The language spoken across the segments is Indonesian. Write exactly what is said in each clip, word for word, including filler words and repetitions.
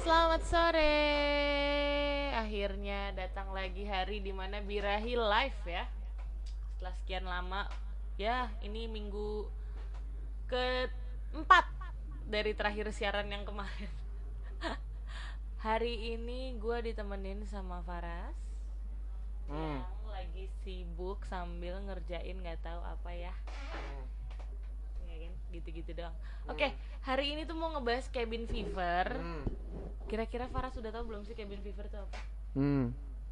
Selamat sore. Akhirnya datang lagi hari dimana Birahi live ya. Setelah sekian lama, ya ini minggu keempat dari terakhir siaran yang kemarin. Hari ini gue ditemenin sama Faras Hmm. yang lagi sibuk sambil ngerjain nggak tahu apa ya. Ya kan, gitu-gitu doang. Oke, hari ini tuh mau ngebahas cabin fever. Hmm. Kira-kira Farah sudah tahu belum sih cabin fever itu apa? Hmm.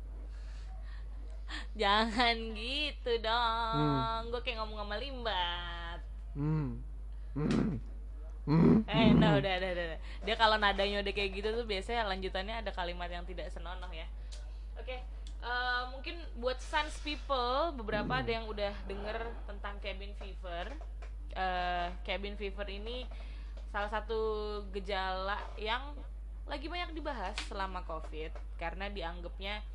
Jangan gitu dong. Gue kayak ngomong sama Limbat. Hmm. Hmm. Hmm. Eh, nah udah, udah, udah. Dia kalau nadanya udah kayak gitu tuh biasanya lanjutannya ada kalimat yang tidak senonoh ya. Oke, eh, mungkin buat Sans people beberapa ada yang udah denger tentang cabin fever. Eh, cabin fever ini salah satu gejala yang lagi banyak dibahas selama COVID karena dianggapnya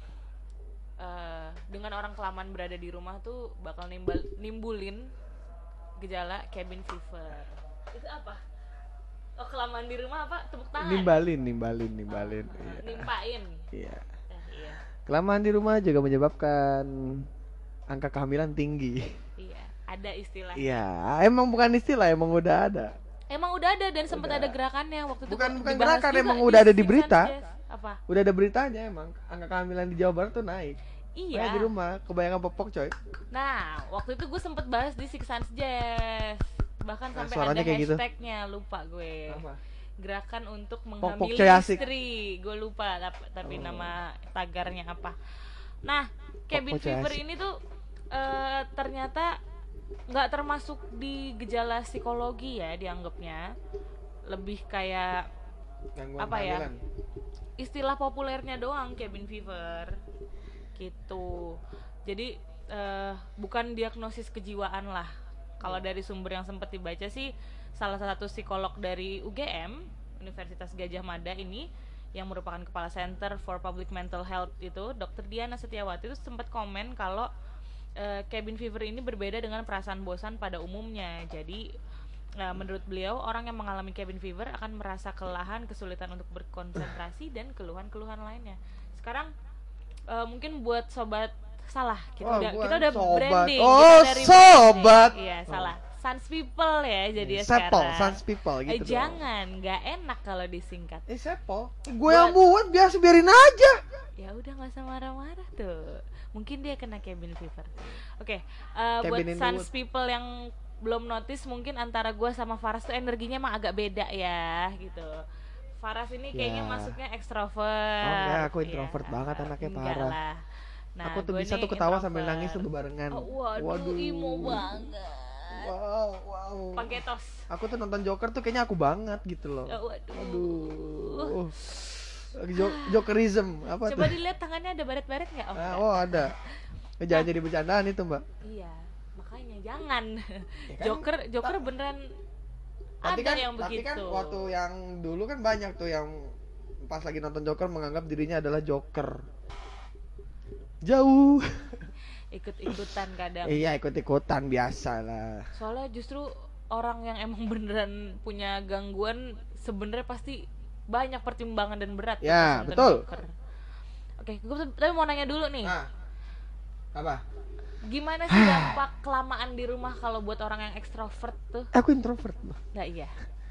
uh, dengan orang kelamaan berada di rumah tuh bakal nimbal, nimbulin gejala cabin fever. Itu apa? Oh, kelamaan di rumah apa? Tepuk tangan. Nimbalin, nimbalin, nimbalin. Oh, Iya. nimpain. Iya. Eh, iya. Kelamaan di rumah juga menyebabkan angka kehamilan tinggi. Iya, ada istilah. Iya, emang bukan istilah, emang udah ada. Emang udah ada dan sempat Udah. ada gerakannya waktu itu. Bukan bukan dibahas gerakan, juga emang udah ada di Six berita. Sense Jazz. Apa? Udah ada beritanya emang angka kehamilan di Jawa Barat tuh naik. Iya. Makanya di rumah kebanyakan popok coy. Nah, waktu itu gue sempet bahas di Six Sense Jazz. Bahkan Nah, sampai suaranya ada kayak gitu. hashtagnya, lupa gue. Apa? Gerakan untuk Pok-pok menghamili coy asik. istri. Gue lupa tap- tapi Oh. nama tagarnya apa. Nah, cabin Pok-pok coy fever asik. ini tuh eh, ternyata nggak termasuk di gejala psikologi ya dianggapnya. Lebih kayak Gangguan apa ya? kehamilan. Istilah populernya doang cabin fever gitu. Jadi eh, bukan diagnosis kejiwaan lah. Kalau dari sumber yang sempat dibaca sih salah satu psikolog dari U G M Universitas Gajah Mada ini yang merupakan kepala Center for Public Mental Health itu Dokter Diana Setiawati itu sempat komen kalau eh, cabin fever ini berbeda dengan perasaan bosan pada umumnya. Jadi Nah, menurut beliau, orang yang mengalami cabin fever akan merasa kelelahan, kesulitan untuk berkonsentrasi, dan keluhan-keluhan lainnya. Sekarang, uh, mungkin buat sobat salah, kita Oh, udah bukan kita udah sobat. branding. Oh, kita dari sobat. branding. Iya, Oh. salah. Sans people ya, jadi ya Sepol, sekarang. sans people gitu Eh, dong. jangan, nggak enak kalau disingkat. Eh Sepol, gue yang buat biasa biarin aja. Ya udah nggak usah marah-marah tuh. Mungkin dia kena cabin fever. Oke, uh, buat Cabinin sans dulu. people yang belum notice mungkin antara gue sama Faras tuh energinya emang agak beda ya gitu. Faras ini kayaknya Ya. masuknya ekstrovert. Oh enggak, aku introvert Ya, banget anaknya, enggak parah. lah. Nah, Aku tuh gua bisa nih tuh ketawa introvert. sambil nangis tuh bebarengan. Oh, waduh, imo banget. Wow, wow. Pakai tos. Aku tuh nonton Joker tuh kayaknya aku banget gitu loh. Oh, waduh. Aduh. Jo- Jokerism apa Coba tuh? dilihat tangannya ada baret-baret nggak? Oh, Ah, enggak. oh ada. Eh, Jangan jadi bercandaan itu mbak. Iya, makanya jangan. Ya kan? Joker, Joker beneran Tapi ada kan, yang tapi begitu. kan waktu yang dulu kan banyak tuh yang pas lagi nonton Joker menganggap dirinya adalah Joker. Jauh. Ikut-ikutan kadang. Iya ikut-ikutan biasa lah. Soalnya justru orang yang emang beneran punya gangguan sebenarnya pasti banyak pertimbangan dan berat Ya, pas nonton betul. Joker. Oke, gue tapi mau nanya dulu nih. Nah, apa? Gimana sih dampak kelamaan di rumah kalau buat orang yang ekstrovert tuh? Aku introvert. Nah iya.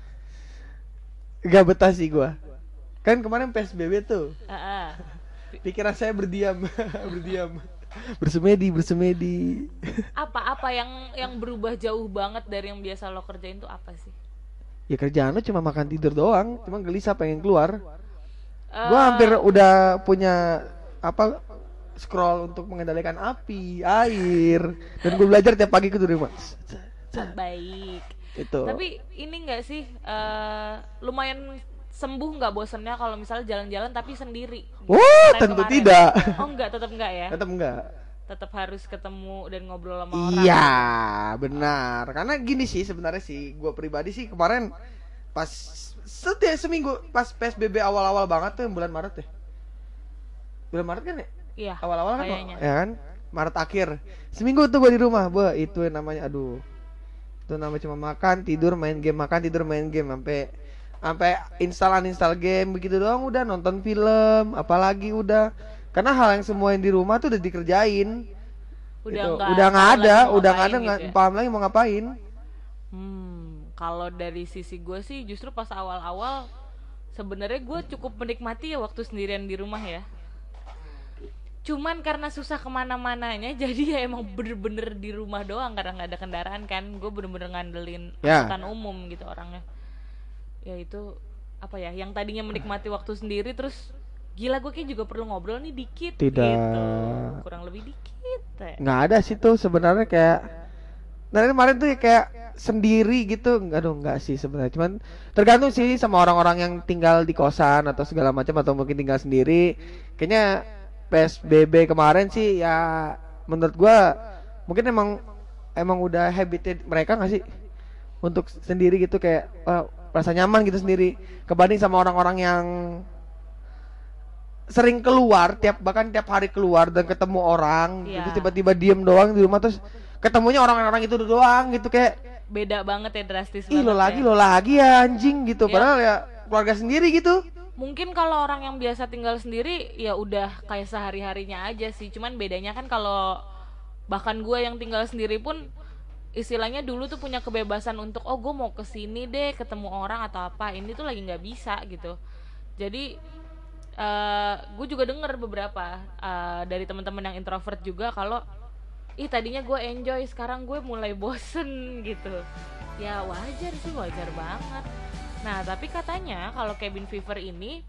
Gak betah sih gua. Kan kemarin P S B B tuh. Heeh. Pikiran saya berdiam, berdiam. Bersemedi, bersemedi. Apa-apa yang yang berubah jauh banget dari yang biasa lo kerjain tuh apa sih? Ya kerjaan lu cuma makan tidur doang, cuma gelisah pengen keluar. Eh, Gua hampir udah punya apa scroll untuk mengendalikan api, air, dan gue belajar tiap pagi ke di rumah. baik. Itu. Tapi ini enggak sih eh, lumayan sembuh nggak bosennya kalau misalnya jalan-jalan tapi sendiri? Wah, Kayak tentu kemarin. tidak. Oh enggak, tetap enggak ya? Tetap enggak. Tetap harus ketemu dan ngobrol sama orang. Iya, benar. Karena gini sih sebenarnya sih, gue pribadi sih kemarin pas setiap seminggu pas P S B B awal-awal banget tuh bulan Maret ya. Bulan Maret kan ya? Iya. Awal-awal kan, kayaknya. ya kan? Maret akhir. Seminggu tuh gue di rumah, bah itu yang namanya aduh. Itu namanya cuma makan, tidur, main game, makan, tidur, main game sampai sampai install uninstall game begitu doang udah, nonton film apalagi udah, karena hal yang semua yang di rumah tuh udah dikerjain. Udah Gitu. nggak Udah nggak tahu ada, lagi mau udah nggak ngapain ada, gitu nggak ya. paham lagi mau ngapain. Hmm, kalau dari sisi gue sih justru pas awal-awal sebenarnya gue cukup menikmati ya waktu sendirian di rumah ya. Cuman karena susah kemana-mananya jadi ya emang bener-bener di rumah doang karena nggak ada kendaraan kan. Gue bener-bener ngandelin Ya. angkutan umum gitu orangnya. Ya itu apa ya, yang tadinya menikmati waktu sendiri terus gila gue kayak juga perlu ngobrol nih dikit Tidak. gitu. Kurang lebih dikit ya. Nggak ada sih tuh sebenarnya kayak. Nah kemarin tuh ya kayak sendiri gitu, aduh nggak sih sebenarnya, cuman tergantung sih sama orang-orang yang tinggal di kosan atau segala macam atau mungkin tinggal sendiri. Kayaknya P S B B kemarin sih ya menurut gua mungkin emang emang udah habitnya mereka nggak sih untuk sendiri gitu, kayak wah, rasa nyaman gitu sendiri kebanding sama orang-orang yang sering keluar tiap bahkan tiap hari keluar dan ketemu orang Iya. gitu, tiba-tiba diem doang di rumah terus ketemunya orang-orang itu doang gitu, kayak Beda banget ya, drastis ih banget lo lagi ya. lo lagi ya anjing gitu, Iya. padahal ya keluarga sendiri gitu. Mungkin kalau orang yang biasa tinggal sendiri ya udah kayak sehari-harinya aja sih. Cuman bedanya kan kalau bahkan gue yang tinggal sendiri pun istilahnya dulu tuh punya kebebasan untuk oh gue mau kesini deh ketemu orang atau apa. Ini tuh lagi nggak bisa gitu. Jadi eh gue juga denger beberapa eh, dari teman-teman yang introvert juga kalau ih tadinya gue enjoy sekarang gue mulai bosen gitu. Ya wajar sih, wajar banget. Nah tapi katanya kalau cabin fever ini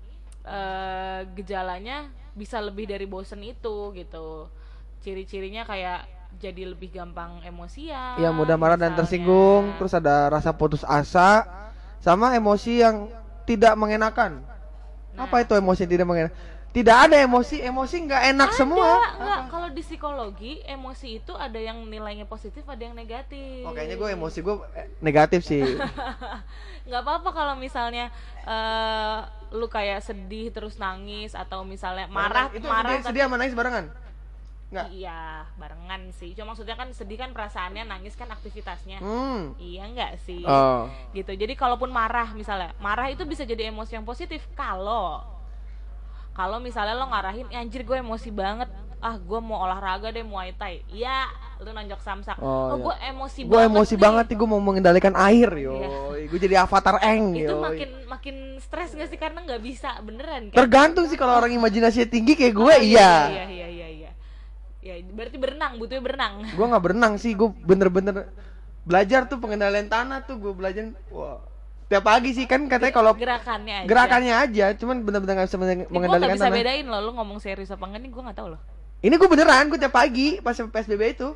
eh, gejalanya bisa lebih dari bosen itu gitu. Ciri-cirinya kayak jadi lebih gampang emosian. Ya mudah marah dan misalnya. tersinggung, terus ada rasa putus asa sama emosi yang tidak mengenakan. Nah. Apa itu emosi yang tidak mengenakan? Tidak ada emosi, emosi nggak enak Ada, semua. enggak. Kalau di psikologi emosi itu ada yang nilainya positif, ada yang negatif. Oh kayaknya gue emosi gue eh, negatif sih. Nggak apa-apa kalau misalnya eh, lu kayak sedih terus nangis atau misalnya marah Itu marah sedih, sedih sama nangis barengan? Nggak? iya barengan sih. Cuma maksudnya kan sedih kan perasaannya, nangis kan aktivitasnya. Hmm. Iya nggak sih? Oh. Gitu. Jadi kalaupun marah misalnya, marah itu bisa jadi emosi yang positif kalau kalau misalnya lo ngarahin, "Ya, anjir gue emosi banget. Ah, gue mau olahraga deh, Muay Thai." Iya, lu nonjok samsak. Oh, Oh, iya. gue emosi Gue banget. emosi nih." banget nih, gue mau mengendalikan air yo. Iya. Gue jadi avatar Eng Itu yo. makin makin stres gak sih karena nggak bisa beneran kan? Tergantung sih, kalau orang imajinasinya tinggi kayak gue Oh, iya. Iya, iya, iya, iya. Ya, berarti berenang, butuhnya berenang. Gue nggak berenang sih, gue bener-bener belajar tuh pengendalian tanah tuh, gue belajar. Wah, tiap pagi sih kan katanya kalau Gerakannya aja. gerakannya aja, cuman bener-bener nggak bisa Ini gue mengendalikan nggak bisa tanah. bedain loh, lu ngomong serius apa enggak nih gue nggak tahu loh. Ini gue beneran, gue tiap pagi pas P S B B itu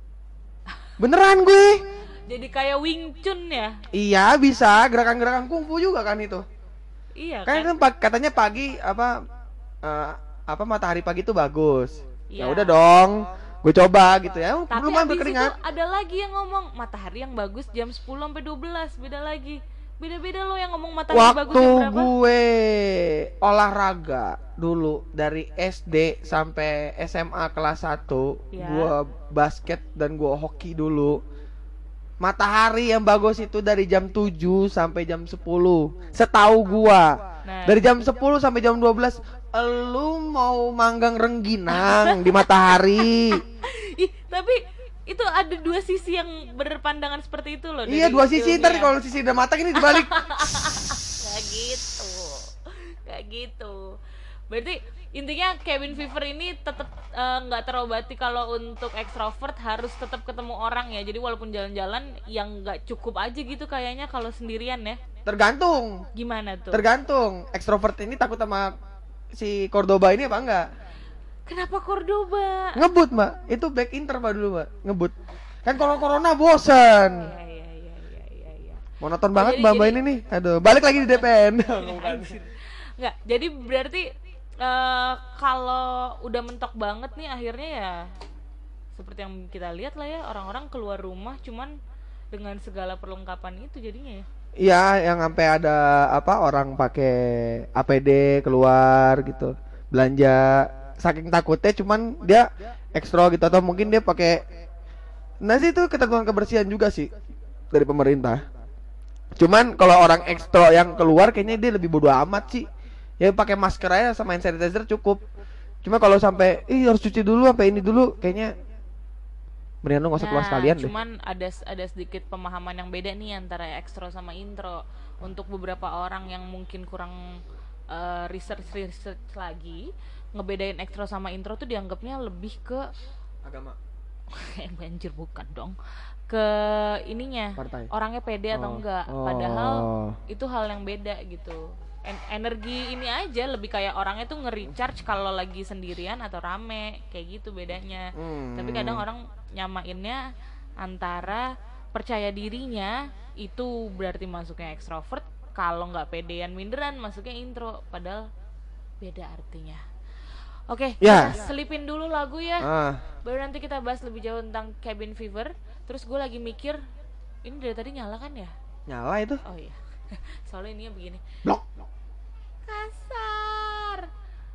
beneran gue. Jadi kayak Wing Chun ya? Iya bisa, gerakan-gerakan kungfu juga kan itu. Iya Kan, kan? kan pa- katanya pagi apa eh, apa matahari pagi itu bagus. Ya Iya. udah dong, gue coba gitu ya. Tapi Lumayan abis berkeringat. itu ada lagi yang ngomong matahari yang bagus jam sepuluh sampai dua belas, beda lagi. Beda-beda lo yang ngomong matahari bagus Waktu jam berapa? gue olahraga dulu dari S D sampai S M A kelas satu, Ya. gue basket dan gue hoki dulu. Matahari yang bagus itu dari jam tujuh sampai jam sepuluh. Setahu gua. Nah. Dari jam sepuluh sampai jam dua belas lu mau manggang rengginang di matahari. Ih, tapi itu ada dua sisi yang berpandangan seperti itu loh. Iya, dari dua sisi, ntar ilmiah. kalau sisi udah matang ini dibalik. Gak gitu, gak gitu. Berarti intinya cabin fever ini tetap nggak terobati kalau untuk ekstrovert harus tetap ketemu orang ya. Jadi walaupun jalan-jalan yang nggak cukup aja gitu kayaknya kalau sendirian ya. Tergantung. Gimana tuh? Tergantung. Ekstrovert ini takut sama si Cordoba ini apa enggak? Kenapa Cordoba? Ngebut, Mbak. Itu back inter Mbak dulu, Mbak. Ngebut. Kan kalau corona bosen. Iya iya iya iya iya. iya. Monoton Oh, banget jadi- Mbak Mbak jadi- ini nih. Aduh, balik lagi di D P N. Nggak, jadi berarti eh, kalau udah mentok banget nih akhirnya ya seperti yang kita lihat lah ya, orang-orang keluar rumah cuman dengan segala perlengkapan itu jadinya ya. Iya, yang sampai ada apa orang pakai A P D keluar gitu, belanja saking takutnya, cuman dia ekstra gitu, atau mungkin dia pakai. Nah sih itu ketentuan kebersihan juga sih dari pemerintah. Cuman kalau orang ekstro yang keluar kayaknya dia lebih bodo amat sih. Ya pakai masker aja sama hand sanitizer cukup. Cuma kalau sampai ih harus cuci dulu sampai ini dulu kayaknya mendingan lu nggak usah keluar Nah, sekalian deh. cuman ada ada sedikit pemahaman yang beda nih antara ekstro sama intro. Untuk beberapa orang yang mungkin kurang eh, research research lagi, ngebedain ekstro sama intro tuh dianggapnya lebih ke Agama. eh anjir bukan dong. Ke ininya, Partai. orangnya pede atau Oh. enggak. Oh. Padahal itu hal yang beda gitu. En- energi ini aja lebih kayak orangnya tuh nge-recharge kalau lagi sendirian atau rame, kayak gitu bedanya. Hmm. Tapi kadang orang nyamainnya antara percaya dirinya itu berarti masuknya ekstrovert, kalau nggak pedean minderan masuknya intro, padahal beda artinya. Oke, Ya. kita selipin dulu lagu ya. Ah. Baru nanti kita bahas lebih jauh tentang cabin fever. Terus gue lagi mikir, ini dari tadi nyala kan ya? Nyala itu. Oh iya. Soalnya ininya begini. Blok. Kasar.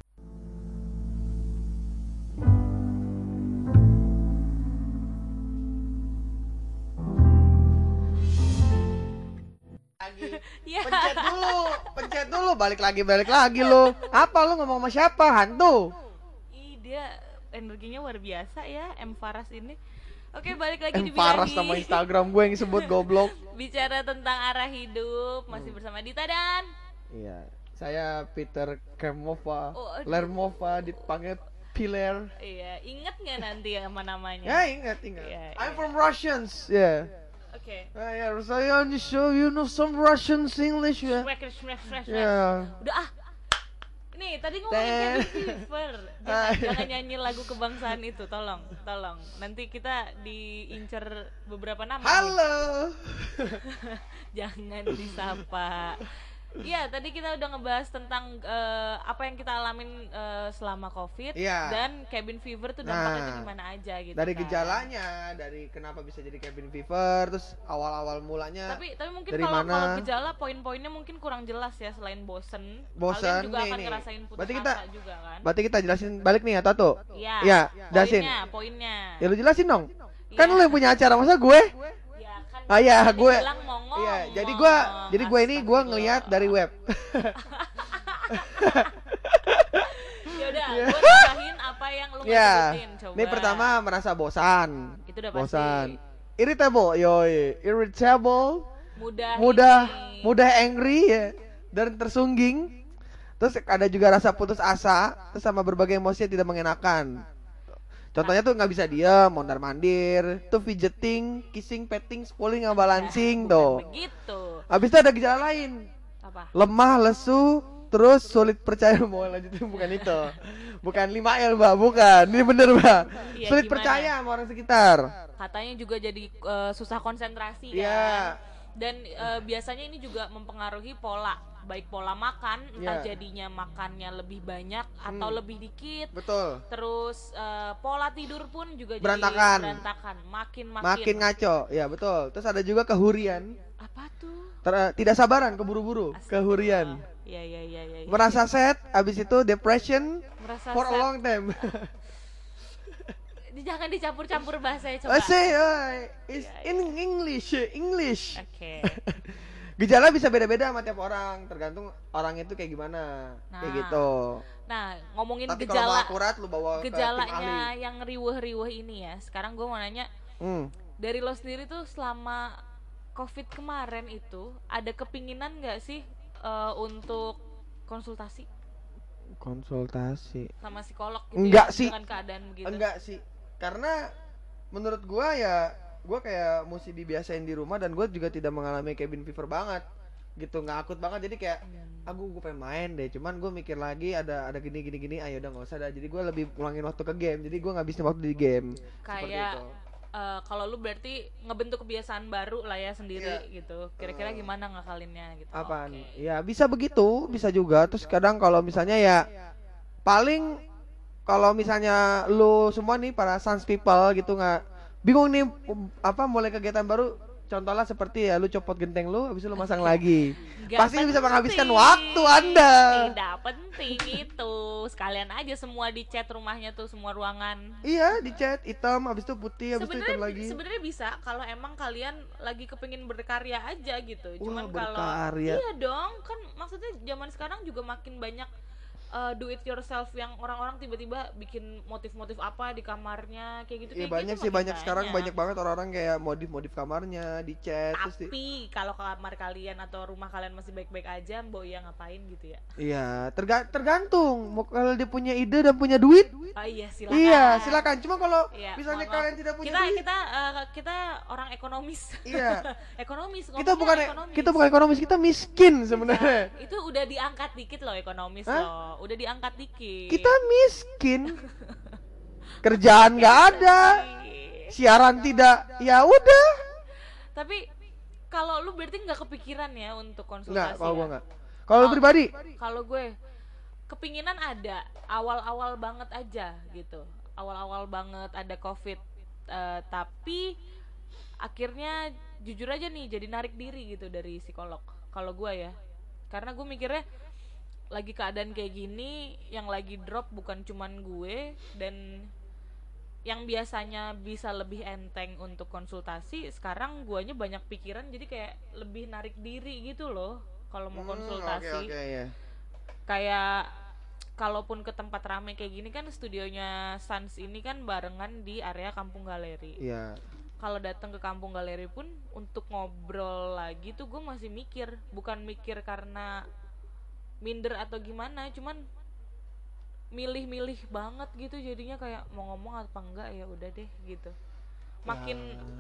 Lagi. Ya. Pencet dulu, pencet dulu, balik lagi, balik lagi lo. Apa lu ngomong sama siapa? Hantu. Ih, dia energinya luar biasa ya, M Faras ini. Oke, balik lagi Eh, di Faras Birahi. nama Instagram gue yang disebut goblok. Bicara tentang arah hidup, masih bersama Dita dan Iya, saya Peter Kermova, Oh, aduh. Lermova dipanggil Pilar. iya, inget nggak nanti sama namanya? Ya ingat ingat. Iya, I'm iya. from Russians, yeah. Oke. Ah, yeah, saya on the show, you know some Russians English, ya. Swag, swag, swag, swag. Yeah. Udah ah. Nih, tadi ngomongin Ten. cabin fever. Jangan, jangan nyanyi lagu kebangsaan itu, tolong, tolong. Nanti kita diincer beberapa nama. nih. Halo. Jangan disapa. Iya, tadi kita udah ngebahas tentang eh, apa yang kita alamin eh, selama COVID Iya. dan cabin fever tuh dampaknya Nah, tuh gimana aja gitu. Dari kan. gejalanya, dari kenapa bisa jadi cabin fever, terus awal-awal mulanya. Tapi tapi mungkin dari kalau mana? kalau gejala poin-poinnya mungkin kurang jelas ya, selain bosen. Bosen, Kalian juga nih, akan nih. ngerasain putus Berarti kita- asa juga kan. Berarti kita jelasin balik nih ya, Tato. Iya. Iya, jelasin. Poinnya, poinnya. Ya lu jelasin dong. Iya. Kan lu yang punya acara, masa gue? Ya kan. Ah iya, tadi gue. bilang mau ngomong. Iya, jadi gue, jadi gue ini gue Astagfirullah. ngelihat dari web. Ya udah, gue tambahin apa yang lu nggak Ya, sebutin, coba. ini pertama merasa bosan. Itu udah pasti. Bosan. Irritable, yoi, irritable, Mudah mudah, ini. mudah angry ya, dan tersungging. Terus ada juga rasa putus asa, terus sama berbagai emosi yang tidak mengenakan. Contohnya tuh nggak bisa diam, mondar mandir, tuh fidgeting, kissing, petting, spooling, sama balancing Bukan tuh. begitu. Habis itu ada gejala lain, Apa? lemah, lesu, terus sulit percaya. Mau lanjutin bukan itu, bukan lima L mbak, bukan. Ini bener mbak. Iya, Sulit gimana? percaya sama orang sekitar. Katanya juga jadi eh, susah konsentrasi Iya. kan. Dan eh, biasanya ini juga mempengaruhi pola, baik pola makan, entah Iya. jadinya makannya lebih banyak atau Hmm. lebih dikit. Betul. Terus eh, pola tidur pun juga Berantakan. jadi berantakan, makin makin. Makin ngaco, ya betul. Terus ada juga kehurian, Apa tuh? Ter- tidak sabaran, keburu-buru, Astagfirullah. kehurian. Iya iya iya iya. iya. Merasa sad, abis itu depression Merasa for a sad. long time. Jangan dicampur-campur bahasanya coba. I say, uh, it's Iya, in English, English. Oke. Gejala bisa beda-beda sama tiap orang, tergantung orang itu kayak gimana, kayak Nah, gitu. Nah, ngomongin Tapi kalau mau gejala akurat lu bawa ke tim gejalanya ahli. yang riweh-riweh ini ya. Sekarang gue mau nanya, Hmm. dari lo sendiri tuh selama COVID kemarin itu ada kepinginan nggak sih eh, untuk konsultasi Konsultasi. sama psikolog gitu Enggak ya, sih. dengan keadaan begitu? Enggak sih, karena menurut gua ya gua kayak mesti dibiasain di rumah, dan gua juga tidak mengalami cabin fever banget gitu, nggak akut banget. Jadi kayak aku gue pengen main deh, cuman gue mikir lagi ada ada gini gini gini, ayo udah nggak usah dah. Jadi gue lebih ngulangin waktu ke game, jadi gue ngabisin waktu di game. Seperti Kayak itu. eh, kalau lu berarti ngebentuk kebiasaan baru lah ya sendiri Iya. gitu. Kira-kira Eh. gimana ngakalinnya gitu? Apaan? Oke. Ya bisa begitu, bisa juga. Terus kadang kalau misalnya ya paling kalau misalnya lu semua nih para sans people gitu nggak bingung nih um, apa mulai kegiatan baru, contohnya seperti ya lu copot genteng lu habis itu lu masang lagi. Nggak Pasti bisa penting. menghabiskan waktu Anda. Tidak penting itu. Sekalian aja semua dicat rumahnya tuh, semua ruangan. Iya, dicat hitam habis itu putih habis itu hitam Sebenarnya lagi. sebenarnya bisa kalau emang kalian lagi kepingin berkarya aja gitu. Cuman Wah, kalau berkarya. iya dong, kan maksudnya zaman sekarang juga makin banyak uh, do it yourself yang orang-orang tiba-tiba bikin motif-motif apa di kamarnya kayak gitu. Iya kayak banyak gitu sih, makin banyak sekarang banyak banget orang-orang kayak modif-modif kamarnya, dicat terus di- Tapi kalau kamar kalian atau rumah kalian masih baik-baik aja, Mbok ya ngapain gitu ya? Iya, terga- tergantung. Mau kalau dia punya ide dan punya duit, Oh iya silakan. iya silakan. Cuma kalau Iya, misalnya maaf, kalian maaf. tidak punya kita duit, kita uh, kita orang ekonomis. iya. ekonomis. Kita ngomongnya bukan ekonomis. kita bukan ekonomis, kita miskin sebenarnya. Nah, itu udah diangkat dikit loh ekonomis Hah? loh. Udah diangkat dikit. Kita miskin. Kerjaan nggak ada, siaran tidak. Ya udah. Tapi kalau lu berarti nggak kepikiran ya untuk konsultasi? Nggak, kalau ya? gua nggak. Kalau lu Kalau- pribadi, Kalau gue kepinginan ada, awal-awal banget aja gitu. Awal-awal banget ada COVID. Eh, tapi akhirnya jujur aja nih jadi narik diri gitu dari psikolog. Kalau gue ya. Karena gue mikirnya lagi keadaan kayak gini, yang lagi drop bukan cuman gue, dan yang biasanya bisa lebih enteng untuk konsultasi, sekarang guanya banyak pikiran, jadi kayak lebih narik diri gitu loh kalau mau konsultasi. Hmm, oke oke ya. Kayak kalaupun ke tempat rame kayak gini kan, studionya Sans ini kan barengan di area Kampung Galeri. Iya. Kalau datang ke Kampung Galeri pun untuk ngobrol lagi tuh gue masih mikir, bukan mikir karena minder atau gimana, cuman milih-milih banget gitu, jadinya kayak mau ngomong apa enggak ya udah deh gitu. Makin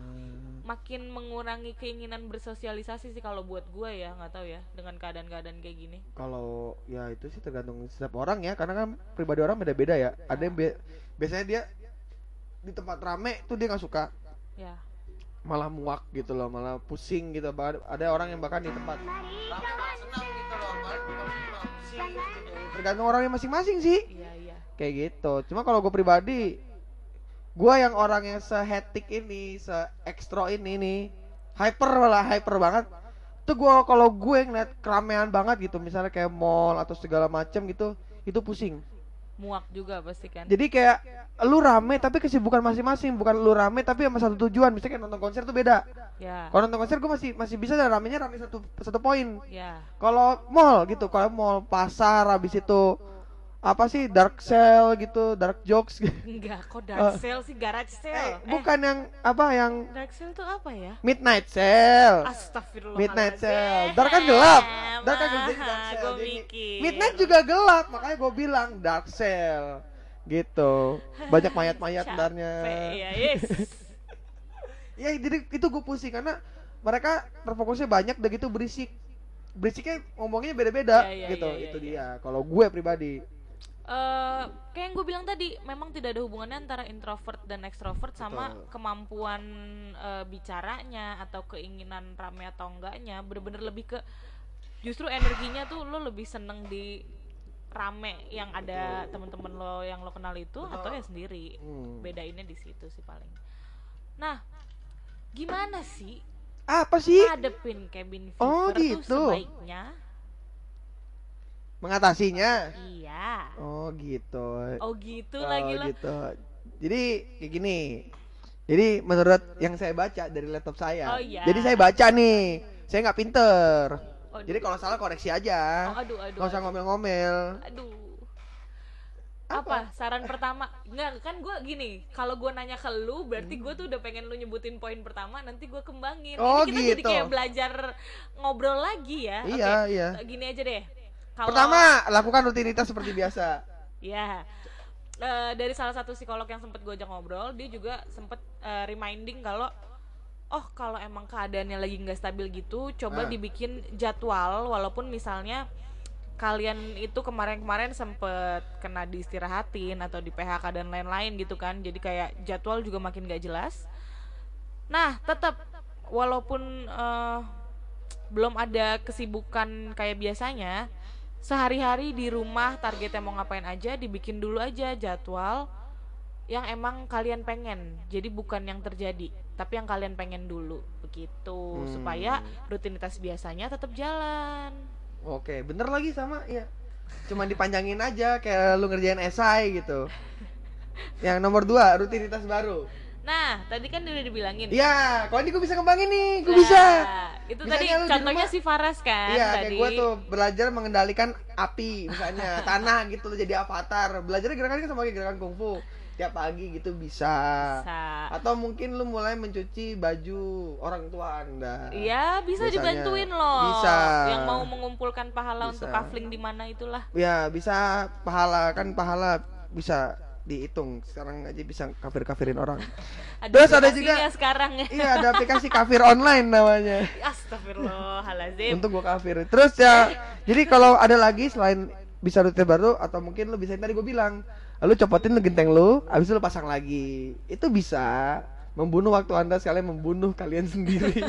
makin mengurangi keinginan bersosialisasi sih kalau buat gue ya, nggak tahu ya dengan keadaan-keadaan kayak gini. Kalau ya itu sih tergantung setiap orang ya, karena kan pribadi orang beda-beda ya. Ada yang bi- biasanya dia di tempat rame tuh dia nggak suka, Ya. malah muak gitu loh, malah pusing gitu. Bahkan ada orang yang bahkan di tempat rame malah senang gitu loh, malah malah pusing gitu. Tergantung orangnya masing-masing sih. Iya, iya. Kayak gitu. Cuma kalau gue pribadi, gue yang orang yang se-hectic ini, se-ekstro ini nih, hyper malah hyper banget. Tuh gue kalau gue ngeliat keramaian banget gitu, misalnya kayak mall atau segala macam gitu, itu pusing. Muak juga pasti kan. Jadi kayak lu rame tapi kesibukan masing-masing, bukan lu rame tapi sama satu tujuan. Misalnya kayak nonton konser tuh beda. Ya. Kalau nonton konser gue masih masih bisa, dan ramenya rame satu satu poin. Ya. Kalau mall gitu, kalau mall pasar habis itu apa sih dark sale gitu, dark jokes gitu. Enggak, kok Eh, dark sale sih, garage Eh, sale. bukan yang apa yang Dark sale tuh apa ya? midnight sale. Astagfirullah. Midnight sale. Dark kan gelap. Dark kan jadi dark sale. Gue Jadi mikir. midnight juga gelap, makanya gue bilang dark sale. Gitu. Banyak mayat-mayat ntarnya. Capek ya, yes. Ya jadi itu gue pusing karena mereka terfokusnya banyak, udah gitu berisik. Berisiknya ngomongnya beda-beda Iya, iya, gitu. iya, iya, Itu iya. dia. Kalau gue pribadi. Eh, kayak yang gue bilang tadi, memang tidak ada hubungannya antara introvert dan extrovert sama Betul. kemampuan eh, bicaranya atau keinginan rame atau enggaknya. Bener-bener lebih ke justru energinya tuh lo lebih seneng di rame yang ada temen-temen lo yang lo kenal itu, Betul. atau ya sendiri. Hmm. Bedainnya di situ sih paling. Nah, gimana sih Apa sih ngadepin cabin fever Oh, tuh gitu. sebaiknya? mengatasinya? Iya. Oh gitu. Oh gitu Oh, lagi lah. gitu. Jadi kayak gini. Jadi menurut yang saya baca dari laptop saya. Oh, iya. Jadi saya baca nih. Saya nggak pinter. Oh, Jadi kalau salah koreksi aja. Oh, aduh, aduh, Nggak usah aduh. ngomel-ngomel. Aduh. Apa? Apa? Saran pertama? Enggak, kan gue gini, kalau gue nanya ke lu, berarti gue tuh udah pengen lu nyebutin poin pertama, nanti gue kembangin. Oh, Ini kita jadi gitu. kayak belajar ngobrol lagi ya. Iya, Oke, iya. Gini aja deh. Kalau- Pertama, lakukan rutinitas seperti biasa. Ya. Eh, dari salah satu psikolog yang sempet gue ajak ngobrol, dia juga sempet eh, reminding kalau oh kalau emang keadaannya lagi nggak stabil gitu, coba Ah. dibikin jadwal, walaupun misalnya kalian itu kemarin-kemarin sempet kena diistirahatin atau di P H K dan lain-lain gitu kan, jadi kayak jadwal juga makin gak jelas. Nah tetap walaupun eh, belum ada kesibukan kayak biasanya, sehari-hari di rumah targetnya mau ngapain aja, dibikin dulu aja jadwal yang emang kalian pengen. Jadi bukan yang terjadi, tapi yang kalian pengen dulu begitu, Hmm. supaya rutinitas biasanya tetap jalan. Oke, bener lagi sama ya. Cuman dipanjangin aja kayak lu ngerjain esai gitu. Yang nomor dua, rutinitas baru. Nah, tadi kan udah dibilangin. Iya, kalau ini gue bisa kembangin nih, gue Nah, bisa. Itu Misalnya tadi lu di contohnya rumah- si Faras kan Iya, kayak tadi. gue tuh belajar mengendalikan api, misalnya tanah gitu jadi avatar. Belajar gerakan kan sama kayak gerakan kungfu. Tiap pagi gitu bisa. Bisa. Atau mungkin lu mulai mencuci baju orang tua Anda. Iya, bisa Biasanya. dibantuin loh. Bisa. Yang mau mengumpulkan pahala Bisa. untuk kafling di mana itulah. Ya, bisa pahala kan pahala bisa dihitung. Sekarang aja bisa kafir-kafirin orang. Ada Terus ada aplikasinya juga- sekarang ya. Iya, ada aplikasi kafir online namanya. Astagfirullahalazim. Untuk gua kafir. Terus ya, jadi kalau ada lagi selain bisa rutinitas baru atau mungkin lu bisa yang tadi gua bilang, lu copotin lu genteng lu, habis itu lu pasang lagi. Itu bisa membunuh waktu Anda sekalian membunuh kalian sendiri.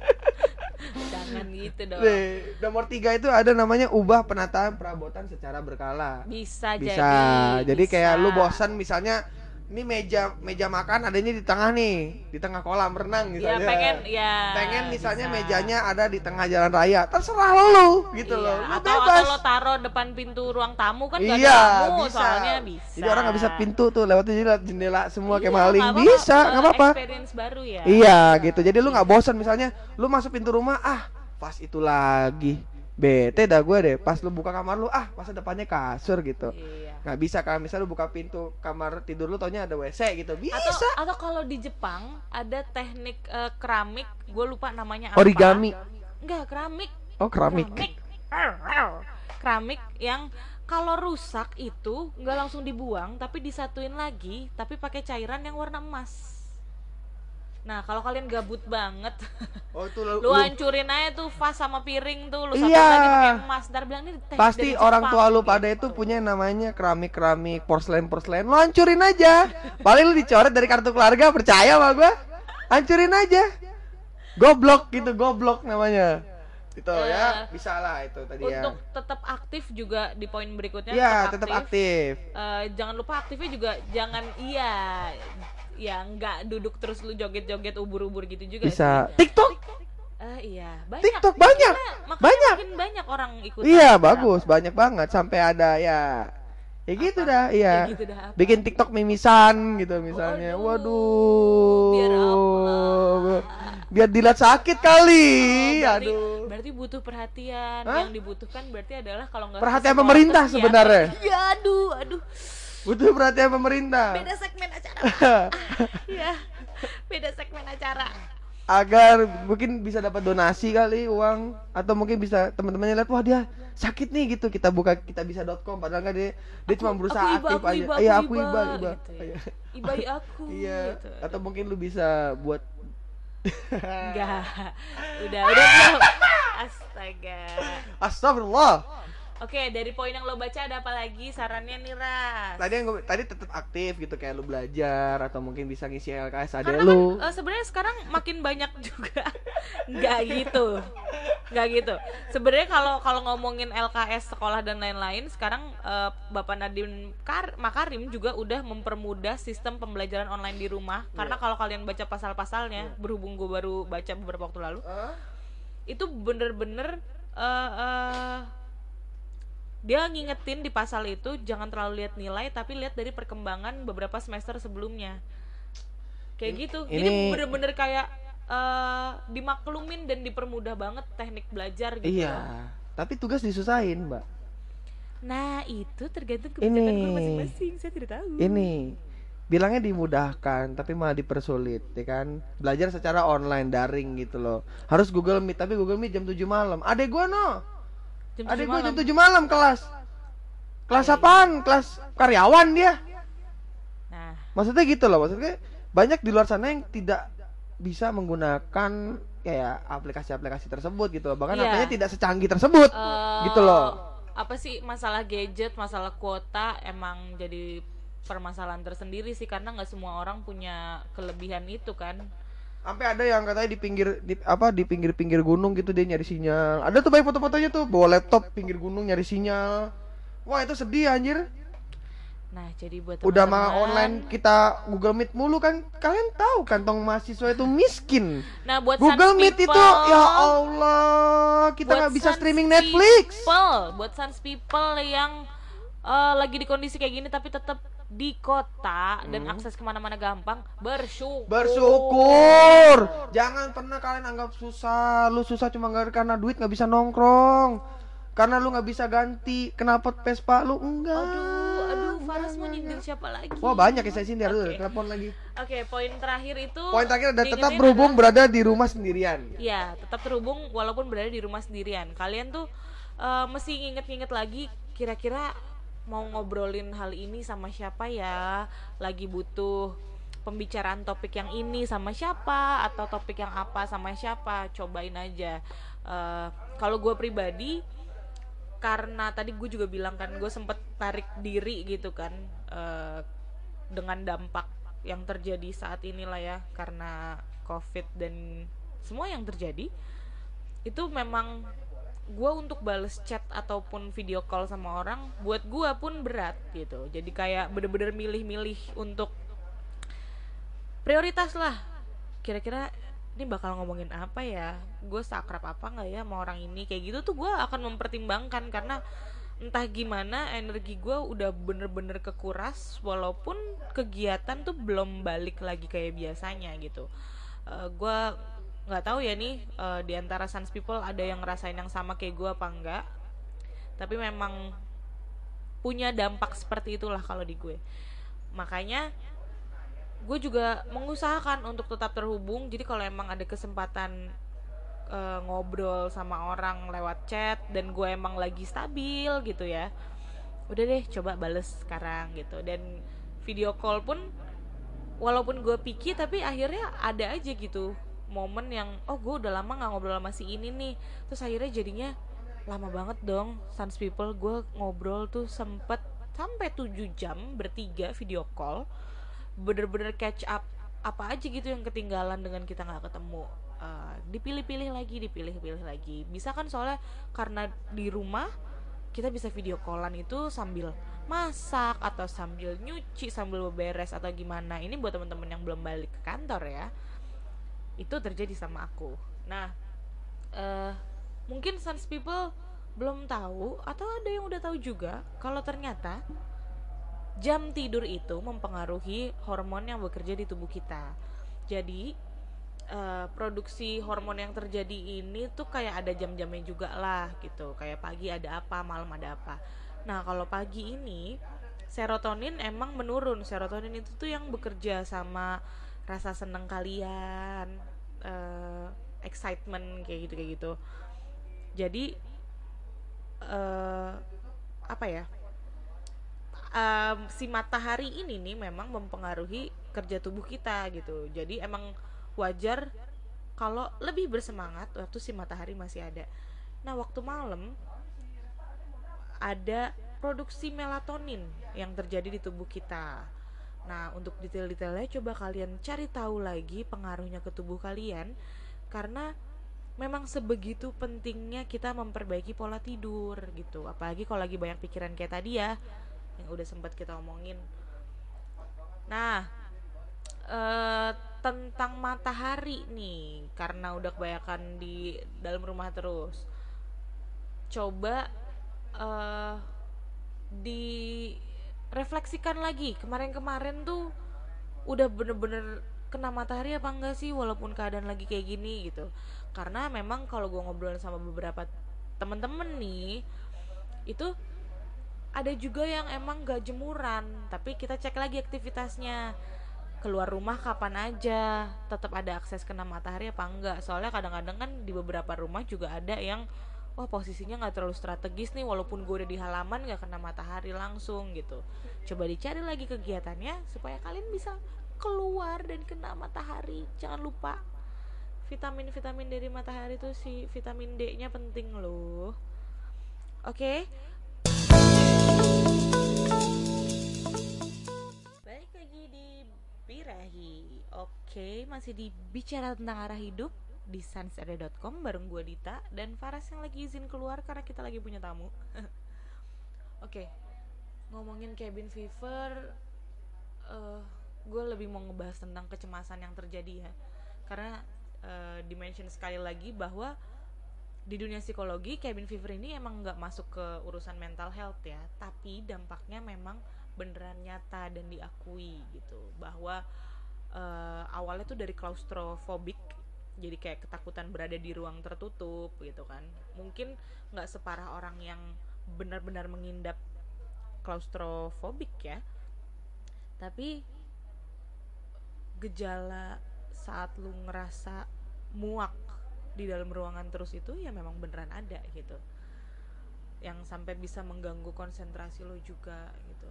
Jangan gitu dong. Nih, nomor tiga itu ada namanya ubah penataan perabotan secara berkala. Bisa, Bisa. jadi. Jadi kayak bisa. lu bosan misalnya ini meja meja makan adanya di tengah nih, di tengah kolam renang Ya misalnya. pengen ya. Pengen misalnya bisa. mejanya ada di tengah jalan raya. Terserah lu gitu Iya, loh. Lu atau, bebas. atau lo taruh depan pintu ruang tamu kan gak Iya, ada tamu, bisa. soalnya bisa. Jadi orang nggak bisa pintu tuh lewatnya jadi lewat jendela semua kayak Iya, maling. nggak apa-apa, Bisa, eh, nggak apa-apa. Experience baru ya. Iya, gitu. Jadi lu nggak bosan misalnya lu masuk pintu rumah, ah, pas itu lagi. Bete dah gue deh. Pas lu buka kamar lu, ah, masa depannya kasur gitu. Iya. Nggak bisa kan, misalnya lu buka pintu kamar tidur lu taunya ada W C gitu. Bisa. Atau atau kalau di Jepang ada teknik eh, keramik, gue lupa namanya apa. Origami. Enggak, keramik. Oh, keramik. Keramik. Keramik yang kalau rusak itu nggak langsung dibuang, tapi disatuin lagi, tapi pakai cairan yang warna emas. Nah, kalau kalian gabut banget, Oh, itu lu, lu lu- hancurin aja tuh vas sama piring tuh, lu satuin Iya. lagi pakai emas. Ntar bilang ini teknik pasti dari orang Jepang, tua lu gitu. pada itu punya namanya keramik-keramik, porselen-porselen. Lu hancurin aja. Paling lu dicoret dari kartu keluarga, percaya sama gua. Hancurin aja. Goblok gitu, goblok namanya. Itu Eh, ya, bisa lah itu tadi ya. Untuk tetap aktif juga di poin berikutnya. Iya, tetap aktif. Eh, jangan lupa aktifnya juga jangan iya ya nggak duduk terus lu joget-joget ubur-ubur gitu juga Bisa. sih. TikTok. Eh, iya banyak TikTok banyak. Makanya Banyak. makin banyak orang ikut. Iya, bagus, banyak banget sampai ada ya. Ya gitu Apa? dah, iya. Ya gitu dah, apa? Bikin TikTok mimisan gitu misalnya. Waduh, Waduh. biar apa? Biar dilihat sakit kali. Oh, berarti, Aduh. berarti butuh perhatian. Hah? Yang dibutuhkan berarti adalah kalau nggak Perhatian psikotes, pemerintah iya. sebenarnya. Iya, aduh, aduh. Butuh perhatian pemerintah. Beda segmen acara. Iya. Beda segmen acara. Agar mungkin bisa dapat donasi kali uang atau mungkin bisa teman-temannya lihat wah dia sakit nih gitu kita buka kita bisa dot com padahal kan dia dia Aku- cuma berusaha aku iba, aktif aku aja. iba, Iya, aku aku iba, iba, iba. gitu ya. Iya. Ibai aku. Iya. gitu. Atau mungkin lu bisa buat Enggak. Udah, udah belum. Astaga. Astagfirullah. Oke, dari poin yang lo baca ada apa lagi sarannya nih, Ras? Tadi yang gua, tadi tetap aktif gitu kayak lu belajar atau mungkin bisa ngisi L K S adek Karena lu. kan eh, sebenarnya sekarang makin banyak juga. Nggak gitu. Nggak gitu. Sebenarnya kalau kalau ngomongin L K S sekolah dan lain-lain, sekarang eh, Bapak Nadiem Kar- Makarim juga udah mempermudah sistem pembelajaran online di rumah. Karena Iya. kalau kalian baca pasal-pasalnya, berhubung gue baru baca beberapa waktu lalu, Hah? itu bener-bener eh, eh, dia ngingetin di pasal itu jangan terlalu lihat nilai tapi lihat dari perkembangan beberapa semester sebelumnya kayak Ini- gitu. Jadi ini- bener-bener kayak eh, dimaklumin dan dipermudah banget teknik belajar gitu. Iya. Tapi tugas disusahin, Mbak. Nah itu tergantung Ini. kebijakan guru masing-masing, saya tidak tahu. Ini bilangnya dimudahkan tapi malah dipersulit ya kan, belajar secara online daring gitu loh, harus Google Meet tapi Google Meet jam tujuh malam. Adek gua no Jam adek tujuh gua malam. jam tujuh malam kelas kelas apaan, kelas karyawan dia. Nah Maksudnya gitu loh, maksudnya banyak di luar sana yang tidak bisa menggunakan kayak aplikasi-aplikasi tersebut gitu loh, bahkan Iya. H P-nya tidak secanggih tersebut eh, gitu loh. apa sih masalah gadget, masalah kuota emang jadi permasalahan tersendiri sih karena nggak semua orang punya kelebihan itu kan. Sampai ada yang katanya di pinggir di apa di pinggir-pinggir gunung gitu dia nyari sinyal. Ada tuh banyak foto-fotonya tuh bawa laptop pinggir gunung nyari sinyal. Wah, itu sedih anjir. Nah, jadi buat Udah teman-teman mah online kita Google Meet mulu kan. Kalian tahu kantong mahasiswa itu miskin. Nah, buat Google Sans Meet people, itu ya Allah, kita buat nggak bisa Sans streaming Netflix. people, buat Sans people yang eh, lagi di kondisi kayak gini tapi tetap di kota dan Hmm. akses kemana-mana gampang, bersyukur. Bersyukur. Jangan pernah kalian anggap susah. Lu susah cuma nggak karena duit nggak bisa nongkrong. Karena lu nggak bisa ganti knalpot Vespa lu enggak. Aduh, aduh, Faras mau enggak, nyindir enggak. siapa lagi? Wah banyak ya saya sindir tuh, Oke. telepon lagi. Oke, poin terakhir itu Poin terakhir ada tetap diingetin berhubung adalah- berada di rumah sendirian. Ya, tetap terhubung walaupun berada di rumah sendirian. Kalian tuh eh, mesti nginget-nginget lagi kira-kira mau ngobrolin hal ini sama siapa ya? Lagi butuh pembicaraan topik yang ini sama siapa atau topik yang apa sama siapa? Cobain aja. Eh, kalau gue pribadi, karena tadi gue juga bilang kan gue sempet tarik diri gitu kan, eh, dengan dampak yang terjadi saat inilah ya karena covid dan semua yang terjadi itu memang gue untuk bales chat ataupun video call sama orang buat gue pun berat gitu. Jadi kayak bener-bener milih-milih untuk prioritas lah, kira-kira ini bakal ngomongin apa ya, gue seakrab apa nggak ya sama orang ini, kayak gitu tuh gue akan mempertimbangkan karena entah gimana energi gue udah bener-bener kekuras walaupun kegiatan tuh belum balik lagi kayak biasanya gitu. Uh, gue nggak tahu ya nih uh, di antara Sans People ada yang ngerasain yang sama kayak gue apa enggak, tapi memang punya dampak seperti itulah kalau di gue. Makanya gue juga mengusahakan untuk tetap terhubung. Jadi kalau emang ada kesempatan uh, ngobrol sama orang lewat chat dan gue emang lagi stabil gitu ya, udah deh coba bales sekarang gitu. Dan video call pun walaupun gue picky tapi akhirnya ada aja gitu momen yang oh gue udah lama gak ngobrol sama si ini nih, terus akhirnya jadinya lama banget dong Sans People. Gue ngobrol tuh sempet sampai tujuh jam bertiga video call, bener-bener catch up apa aja gitu yang ketinggalan dengan kita nggak ketemu. Uh, dipilih-pilih lagi, dipilih-pilih lagi. Bisa kan soalnya karena di rumah kita bisa video callan itu sambil masak atau sambil nyuci, sambil beberes atau gimana. Ini buat teman-teman yang belum balik ke kantor ya. Itu terjadi sama aku. Nah, uh, mungkin Sans People belum tahu atau ada yang udah tahu juga kalau ternyata jam tidur itu mempengaruhi hormon yang bekerja di tubuh kita. Jadi uh, produksi hormon yang terjadi ini tuh kayak ada jam-jamnya juga lah gitu. Kayak pagi ada apa, malam ada apa. Nah kalau pagi ini serotonin emang menurun. Serotonin itu tuh yang bekerja sama rasa seneng kalian, uh, excitement kayak gitu kayak gitu. Jadi uh, apa ya? Um, si matahari ini nih memang mempengaruhi kerja tubuh kita gitu. Jadi emang wajar kalau lebih bersemangat waktu si matahari masih ada. Nah waktu malam ada produksi melatonin yang terjadi di tubuh kita. Nah untuk detail-detailnya coba kalian cari tahu lagi pengaruhnya ke tubuh kalian, karena memang sebegitu pentingnya kita memperbaiki pola tidur gitu. Apalagi kalau lagi banyak pikiran kayak tadi ya yang udah sempat kita omongin. Nah, uh, tentang matahari nih, karena udah kebanyakan di dalam rumah terus, coba uh, direfleksikan lagi. Kemarin-kemarin tuh udah bener-bener kena matahari apa enggak sih, walaupun keadaan lagi kayak gini gitu. Karena memang kalau gue ngobrol sama beberapa temen-temen nih, itu ada juga yang emang gak jemuran, tapi kita cek lagi aktivitasnya, keluar rumah kapan aja, tetap ada akses kena matahari apa enggak. Soalnya kadang-kadang kan di beberapa rumah juga ada yang wah posisinya gak terlalu strategis nih, walaupun gue udah di halaman gak kena matahari langsung gitu. Coba dicari lagi kegiatannya supaya kalian bisa keluar dan kena matahari. Jangan lupa vitamin-vitamin dari matahari tuh, si vitamin D nya penting loh. Oke okay? Balik lagi di Birahi. Oke, masih dibicara tentang arah hidup di sans r d dot com bareng gue Dita dan Faras yang lagi izin keluar karena kita lagi punya tamu. Oke. ngomongin cabin fever, uh, gue lebih mau ngebahas tentang kecemasan yang terjadi ya, karena uh, dimention sekali lagi bahwa di dunia psikologi cabin fever ini emang nggak masuk ke urusan mental health ya, tapi dampaknya memang beneran nyata dan diakui gitu, bahwa uh, awalnya tuh dari claustrophobic, jadi kayak ketakutan berada di ruang tertutup gitu kan, mungkin nggak separah orang yang benar-benar mengindap claustrophobic ya, tapi gejala saat lu ngerasa muak di dalam ruangan terus itu ya memang beneran ada gitu, yang sampai bisa mengganggu konsentrasi lo juga gitu.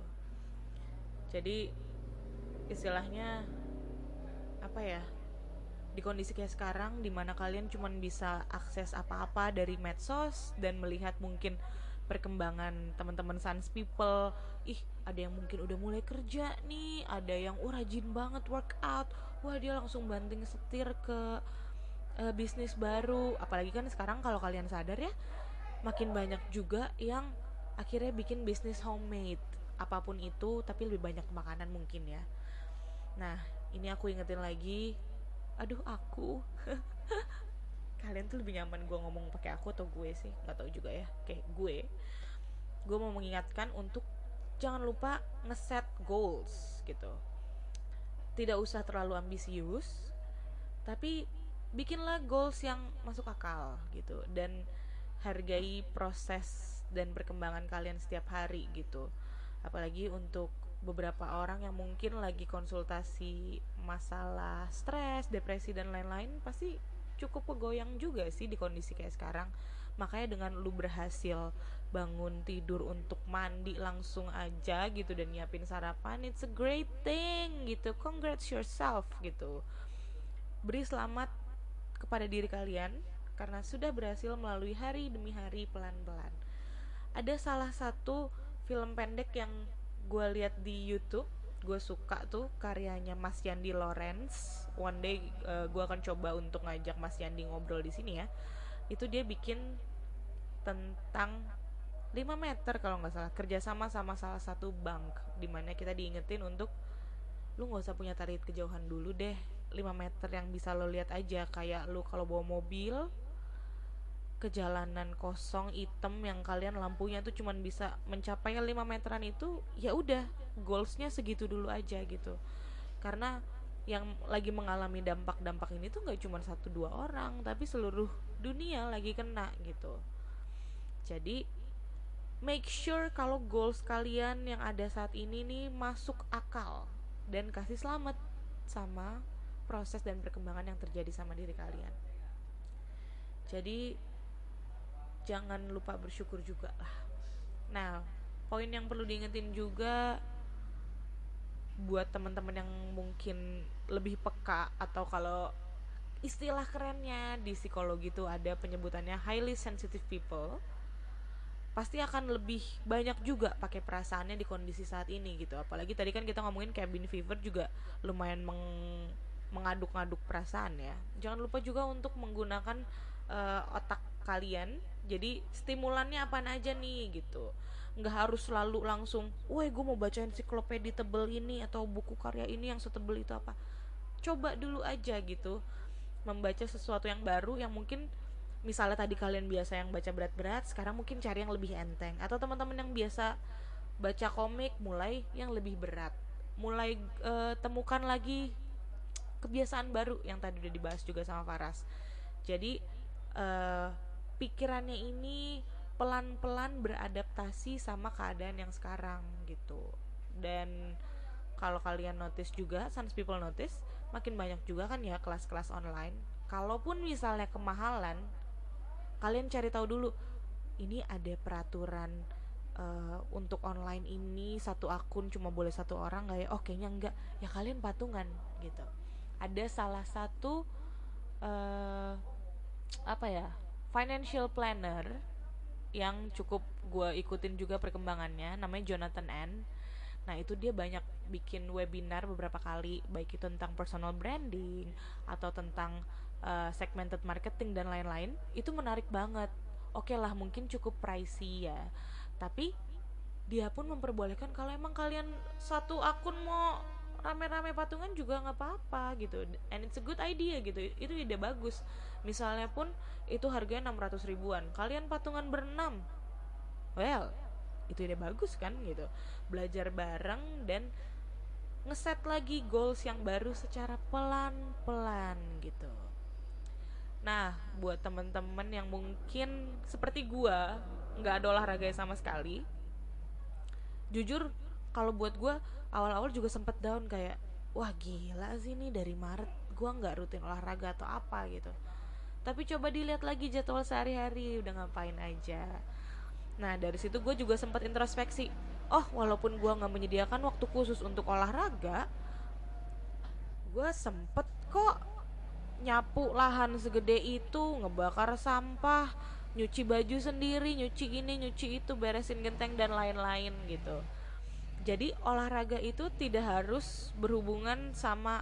Jadi istilahnya apa ya, di kondisi kayak sekarang dimana kalian cuma bisa akses apa-apa dari medsos dan melihat mungkin perkembangan teman-teman sans people, ih ada yang mungkin udah mulai kerja nih, ada yang oh rajin banget workout, wah dia langsung banting setir ke uh, bisnis baru. Apalagi kan sekarang kalau kalian sadar ya, makin banyak juga yang akhirnya bikin bisnis homemade apapun itu, tapi lebih banyak makanan mungkin ya. Nah ini aku ingetin lagi, aduh aku kalian tuh lebih nyaman gue ngomong pakai aku atau gue sih, nggak tahu juga ya, kayak gue gue mau mengingatkan untuk jangan lupa ngeset goals gitu, tidak usah terlalu ambisius, tapi bikinlah goals yang masuk akal gitu, dan hargai proses dan perkembangan kalian setiap hari gitu. Apalagi untuk beberapa orang yang mungkin lagi konsultasi masalah stres, depresi dan lain-lain, pasti cukup kegoyang juga sih di kondisi kayak sekarang. Makanya dengan lu berhasil bangun tidur untuk mandi langsung aja gitu dan nyiapin sarapan, it's a great thing gitu, congrats yourself gitu. Beri selamat kepada diri kalian karena sudah berhasil melalui hari demi hari pelan-pelan. Ada salah satu film pendek yang gue lihat di YouTube, gue suka tuh karyanya Mas Yandi Lawrence. One day uh, gue akan coba untuk ngajak Mas Yandi ngobrol di sini ya. Itu dia bikin tentang lima meter kalau nggak salah, kerjasama sama salah satu bank, dimana kita diingetin untuk lu nggak usah punya target kejauhan dulu deh, lima meter yang bisa lo lihat aja. Kayak lu kalau bawa mobil ke jalanan kosong hitam yang kalian lampunya tuh cuman bisa mencapai lima meteran, itu ya udah goalsnya segitu dulu aja gitu. Karena yang lagi mengalami dampak-dampak ini tuh nggak cuma satu dua orang, tapi seluruh dunia lagi kena gitu. Jadi make sure kalau goals kalian yang ada saat ini nih masuk akal dan kasih selamat sama proses dan perkembangan yang terjadi sama diri kalian. Jadi jangan lupa bersyukur juga lah. Nah, poin yang perlu diingetin juga buat teman-teman yang mungkin lebih peka, atau kalau istilah kerennya di psikologi itu ada penyebutannya highly sensitive people, pasti akan lebih banyak juga pakai perasaannya di kondisi saat ini gitu. Apalagi tadi kan kita ngomongin cabin fever juga lumayan meng- mengaduk-ngaduk perasaan ya. Jangan lupa juga untuk menggunakan uh, otak kalian. Jadi stimulannya apa aja nih gitu. Nggak harus selalu langsung, woi gue mau baca ensiklopedi tebel ini atau buku karya ini yang setebel itu apa. Coba dulu aja gitu, membaca sesuatu yang baru yang mungkin misalnya tadi kalian biasa yang baca berat-berat, sekarang mungkin cari yang lebih enteng. Atau teman-teman yang biasa baca komik, mulai yang lebih berat. Mulai uh, temukan lagi kebiasaan baru yang tadi udah dibahas juga sama Faras. Jadi uh, pikirannya ini pelan-pelan beradaptasi sama keadaan yang sekarang gitu. Dan kalau kalian notice juga, Sans People notice, makin banyak juga kan ya kelas-kelas online. Kalaupun misalnya kemahalan, kalian cari tahu dulu, ini ada peraturan uh, untuk online ini satu akun cuma boleh satu orang nggak ya? Oh kayaknya enggak, ya kalian patungan gitu. Ada salah satu uh, apa ya, financial planner yang cukup gue ikutin juga perkembangannya, namanya Jonathan N. Nah itu dia banyak bikin webinar beberapa kali, baik itu tentang personal branding atau tentang uh, segmented marketing dan lain-lain. Itu menarik banget. Oke lah mungkin cukup pricey ya, tapi dia pun memperbolehkan kalau emang kalian satu akun mau rame-rame patungan juga nggak apa-apa gitu, and it's a good idea gitu, itu ide bagus. Misalnya pun itu harganya enam ratus ribuan, kalian patungan berenam, well itu ide bagus kan gitu, belajar bareng dan ngeset lagi goals yang baru secara pelan-pelan gitu. Nah, buat temen-temen yang mungkin seperti gua nggak ada olahraga sama sekali, jujur kalau buat gua awal-awal juga sempet down kayak wah gila sih nih dari Maret gua nggak rutin olahraga atau apa gitu. Tapi coba dilihat lagi jadwal sehari-hari udah ngapain aja. Nah dari situ gue juga sempat introspeksi. Oh walaupun gue nggak menyediakan waktu khusus untuk olahraga, gue sempet kok nyapu lahan segede itu, ngebakar sampah, nyuci baju sendiri, nyuci ini, nyuci itu, beresin genteng dan lain-lain gitu. Jadi olahraga itu tidak harus berhubungan sama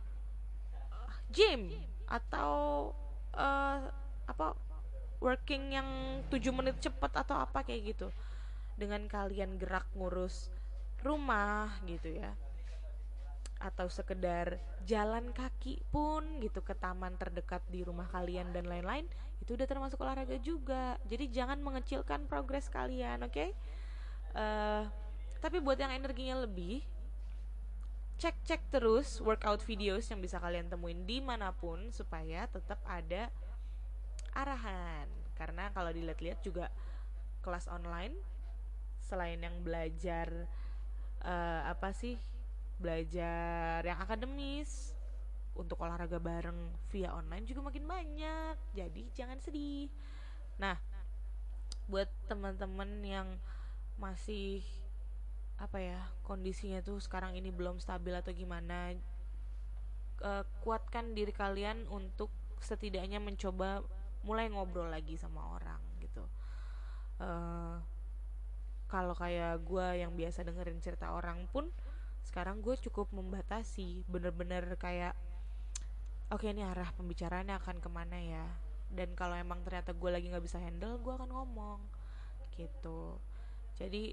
gym atau uh, apa working yang tujuh menit cepet atau apa kayak gitu. Dengan kalian gerak ngurus rumah gitu ya, atau sekedar jalan kaki pun gitu ke taman terdekat di rumah kalian dan lain-lain, itu udah termasuk olahraga juga. Jadi jangan mengecilkan progres kalian, oke? Okay? Uh, tapi buat yang energinya lebih, cek-cek terus workout videos yang bisa kalian temuin dimanapun supaya tetap ada arahan. Karena kalau dilihat-lihat juga kelas online selain yang belajar uh, apa sih belajar yang akademis, untuk olahraga bareng via online juga makin banyak. Jadi jangan sedih. Nah, buat teman-teman yang masih apa ya kondisinya tuh sekarang ini belum stabil atau gimana, uh, kuatkan diri kalian untuk setidaknya mencoba mulai ngobrol lagi sama orang gitu. Uh, kalau kayak gue yang biasa dengerin cerita orang pun sekarang gue cukup membatasi, bener-bener kayak oke okay, ini arah pembicaraannya akan kemana ya, dan kalau emang ternyata gue lagi nggak bisa handle gue akan ngomong gitu. Jadi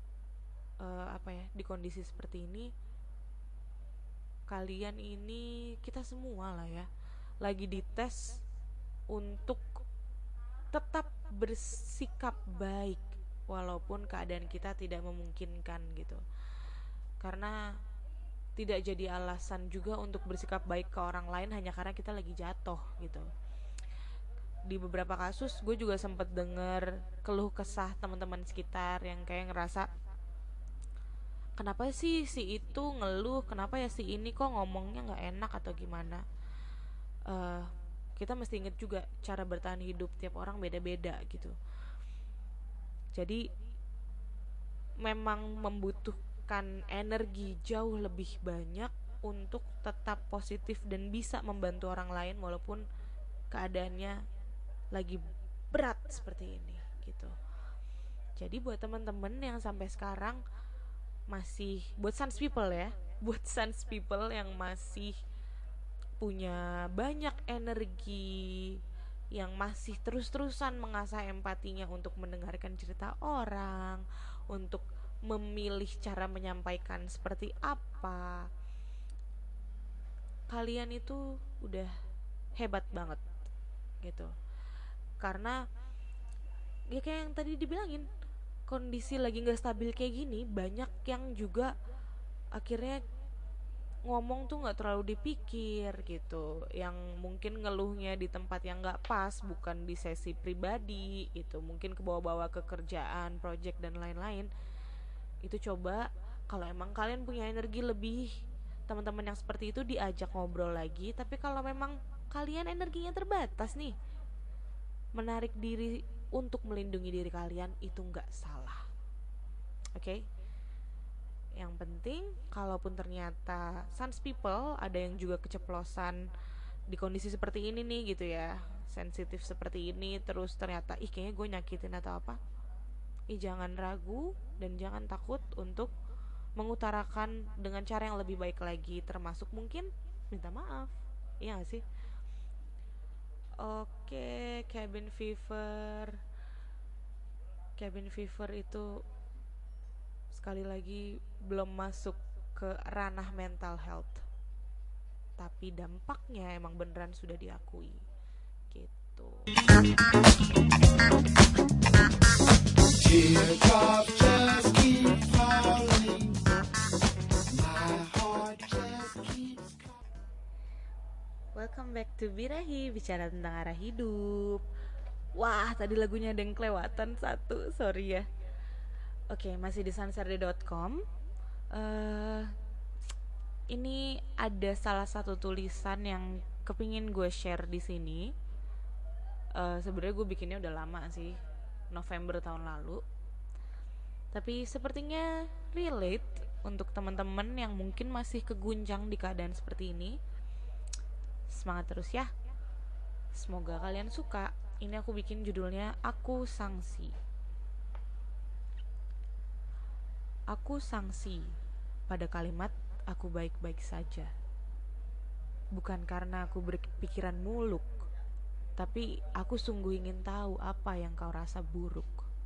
uh, apa ya di kondisi seperti ini kalian ini kita semua lah ya lagi dites untuk tetap bersikap baik walaupun keadaan kita tidak memungkinkan gitu. Karena tidak jadi alasan juga untuk bersikap baik ke orang lain hanya karena kita lagi jatuh gitu. Di beberapa kasus gue juga sempet denger keluh kesah teman-teman sekitar yang kayak ngerasa kenapa sih si itu ngeluh, kenapa ya si ini kok ngomongnya nggak enak atau gimana. Uh, kita mesti inget juga cara bertahan hidup tiap orang beda-beda gitu. Jadi memang membutuhkan energi jauh lebih banyak untuk tetap positif dan bisa membantu orang lain walaupun keadaannya lagi berat seperti ini gitu. Jadi buat teman-teman yang sampai sekarang masih, buat sans people ya, buat sans people yang masih punya banyak energi, yang masih terus-terusan mengasah empatinya untuk mendengarkan cerita orang, untuk memilih cara menyampaikan seperti apa, kalian itu udah hebat banget gitu. Karena ya kayak yang tadi dibilangin, kondisi lagi gak stabil kayak gini, banyak yang juga akhirnya ngomong tuh gak terlalu dipikir gitu, yang mungkin ngeluhnya di tempat yang gak pas, bukan di sesi pribadi gitu, mungkin kebawa-bawa ke kerjaan, project dan lain-lain. Itu coba kalau emang kalian punya energi lebih, teman-teman yang seperti itu diajak ngobrol lagi. Tapi kalau memang kalian energinya terbatas nih, menarik diri untuk melindungi diri kalian itu gak salah, oke? Okay? Yang penting kalaupun ternyata sans people ada yang juga keceplosan di kondisi seperti ini nih gitu ya, sensitif seperti ini, terus ternyata ih kayaknya gue nyakitin atau apa, ih jangan ragu dan jangan takut untuk mengutarakan dengan cara yang lebih baik lagi, termasuk mungkin minta maaf, iya gak sih? Oke, cabin fever cabin fever itu sekali lagi belum masuk ke ranah mental health, tapi dampaknya emang beneran sudah diakui gitu. Teardrops just keep falling. My heart just keeps calling. Welcome back to Birahi, bicara tentang arah hidup. Wah, tadi lagunya ada yang kelewatan satu, sorry ya. Oke, masih di sanserde dot com. uh, Ini ada salah satu tulisan yang kepingin gue share di sini. Uh, Sebenarnya gue bikinnya udah lama sih, November tahun lalu. Tapi sepertinya relate untuk teman-teman yang mungkin masih keguncang di keadaan seperti ini. Semangat terus ya. Semoga kalian suka. Ini aku bikin judulnya Aku Sangsi. Aku sangsi pada kalimat aku baik-baik saja. Bukan karena aku berpikiran muluk, tapi aku sungguh ingin tahu apa yang kau rasa buruk.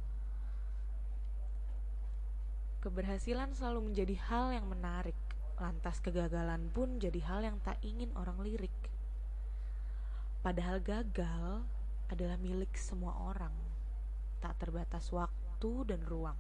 Keberhasilan selalu menjadi hal yang menarik, lantas kegagalan pun jadi hal yang tak ingin orang lirik. Padahal gagal adalah milik semua orang, tak terbatas waktu dan ruang.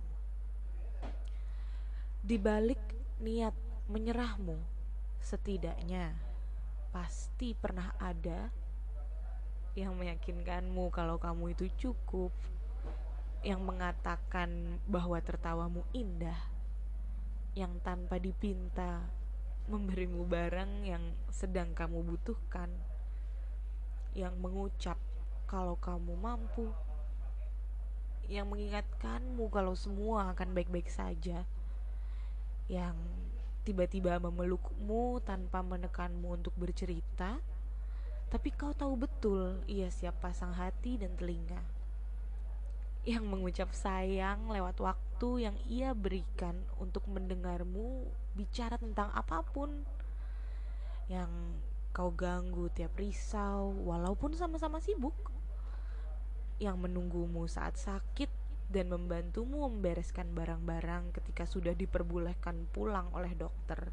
Di balik niat menyerahmu, setidaknya pasti pernah ada yang meyakinkanmu kalau kamu itu cukup, yang mengatakan bahwa tertawamu indah, yang tanpa dipinta memberimu barang yang sedang kamu butuhkan, yang mengucap kalau kamu mampu, yang mengingatkanmu kalau semua akan baik-baik saja, yang tiba-tiba memelukmu tanpa menekanmu untuk bercerita, tapi kau tahu betul ia siap pasang hati dan telinga, yang mengucap sayang lewat waktu yang ia berikan untuk mendengarmu bicara tentang apapun, yang kau ganggu tiap risau walaupun sama-sama sibuk, yang menunggumu saat sakit dan membantumu membereskan barang-barang ketika sudah diperbolehkan pulang oleh dokter,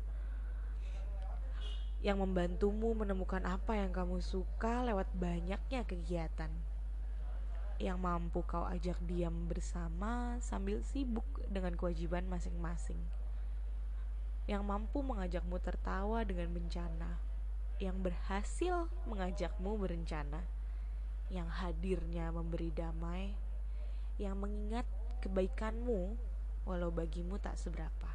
yang membantumu menemukan apa yang kamu suka lewat banyaknya kegiatan, yang mampu kau ajak diam bersama sambil sibuk dengan kewajiban masing-masing, yang mampu mengajakmu tertawa dengan bencana, yang berhasil mengajakmu berencana, yang hadirnya memberi damai, yang mengingat kebaikanmu walau bagimu tak seberapa.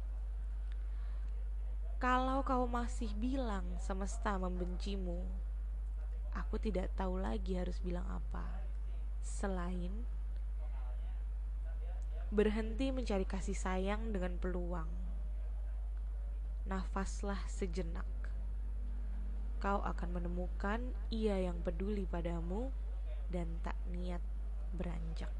Kalau kau masih bilang semesta membencimu, aku tidak tahu lagi harus bilang apa selain berhenti mencari kasih sayang dengan peluang. Nafaslah sejenak. Kau akan menemukan ia yang peduli padamu dan tak niat beranjak.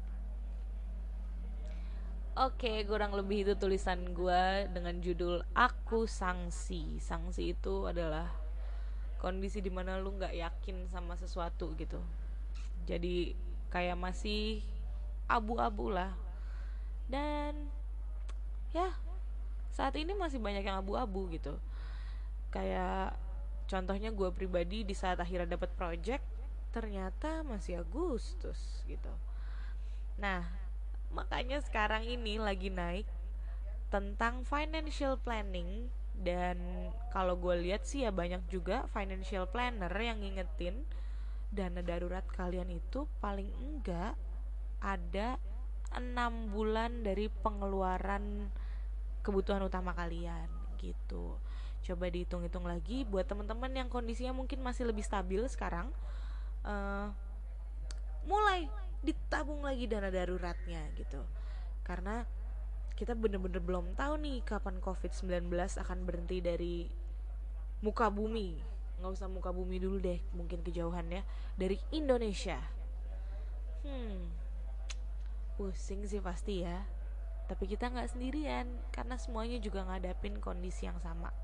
Oke, kurang lebih itu tulisan gue dengan judul Aku Sangsi. Sangsi itu adalah kondisi dimana lu gak yakin sama sesuatu gitu. Jadi kayak masih abu-abu lah. Dan ya, saat ini masih banyak yang abu-abu gitu. Kayak contohnya gue pribadi di saat akhirnya dapat project, ternyata masih Agustus gitu. Nah, makanya sekarang ini lagi naik tentang financial planning. Dan kalau gue lihat sih ya banyak juga financial planner yang ngingetin dana darurat kalian itu paling enggak ada enam bulan dari pengeluaran kebutuhan utama kalian gitu. Coba dihitung-hitung lagi buat teman-teman yang kondisinya mungkin masih lebih stabil sekarang, uh, mulai ditabung lagi dana daruratnya gitu. Karena kita bener-bener belum tahu nih kapan covid sembilan belas akan berhenti dari muka bumi. Nggak usah muka bumi dulu deh, mungkin kejauhan ya, dari Indonesia. Hmm, pusing sih pasti ya. Tapi kita nggak sendirian, karena semuanya juga ngadapin kondisi yang sama.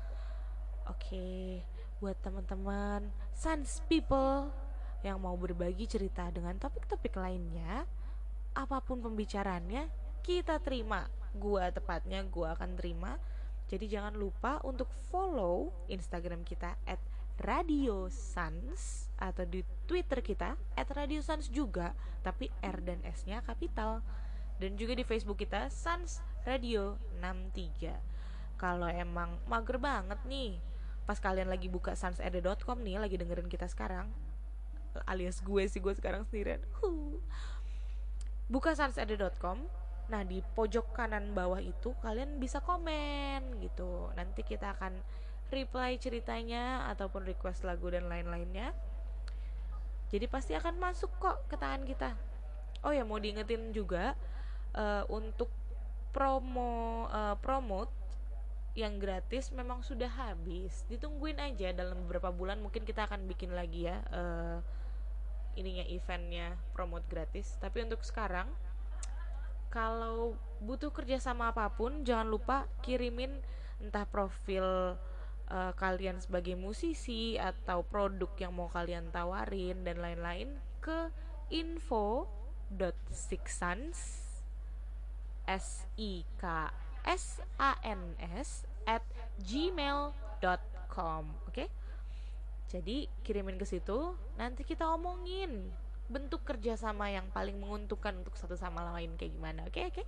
Oke, buat teman-teman Sans People yang mau berbagi cerita dengan topik-topik lainnya, apapun pembicaraannya, kita terima. gua tepatnya gua akan terima. Jadi jangan lupa untuk follow Instagram kita at Radio Sans atau di Twitter kita at Radio Sans juga, tapi R dan S-nya kapital. Dan juga di Facebook kita Sans Radio enam tiga. Kalau emang mager banget nih, pas kalian lagi buka sans r d dot com nih, lagi dengerin kita sekarang, alias gue sih, gue sekarang sendirian. Huh. Buka sans r d dot com. Nah, di pojok kanan bawah itu kalian bisa komen gitu. Nanti kita akan reply ceritanya ataupun request lagu dan lain-lainnya. Jadi pasti akan masuk kok ke tangan kita. Oh ya, mau diingetin juga uh, untuk promo uh, promote yang gratis memang sudah habis. Ditungguin aja, dalam beberapa bulan mungkin kita akan bikin lagi ya uh, ininya eventnya promote gratis. Tapi untuk sekarang, kalau butuh kerjasama apapun, jangan lupa kirimin entah profil uh, kalian sebagai musisi atau produk yang mau kalian tawarin dan lain-lain ke info dot siksans s i k s a n s at gmail dot com. Oke? Jadi kirimin ke situ, nanti kita omongin bentuk kerjasama yang paling menguntungkan untuk satu sama lain kayak gimana. Oke, oke.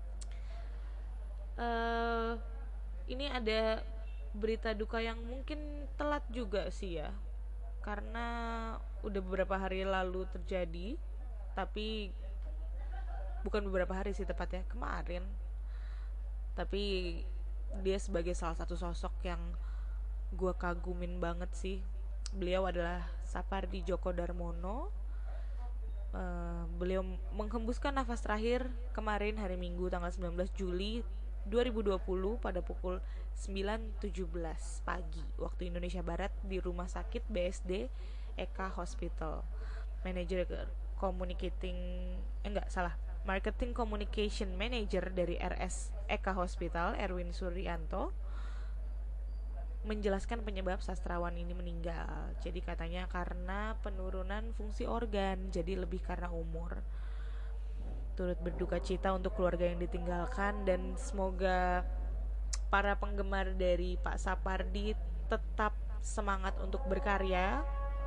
Uh, ini ada berita duka yang mungkin telat juga sih ya, karena udah beberapa hari lalu terjadi, tapi bukan beberapa hari sih tepatnya, kemarin. Tapi dia sebagai salah satu sosok yang gue kagumin banget sih. Beliau adalah Sapardi Djoko Darmono. Uh, beliau menghembuskan nafas terakhir kemarin hari Minggu tanggal sembilan belas Juli dua ribu dua puluh pada pukul sembilan tujuh belas pagi waktu Indonesia Barat di Rumah Sakit B S D Eka Hospital. Manager communicating eh enggak salah Marketing Communication Manager dari R S Eka Hospital, Erwin Suryanto, menjelaskan penyebab sastrawan ini meninggal. Jadi katanya karena penurunan fungsi organ, jadi lebih karena umur. Turut berduka cita untuk keluarga yang ditinggalkan, dan semoga para penggemar dari Pak Sapardi tetap semangat untuk berkarya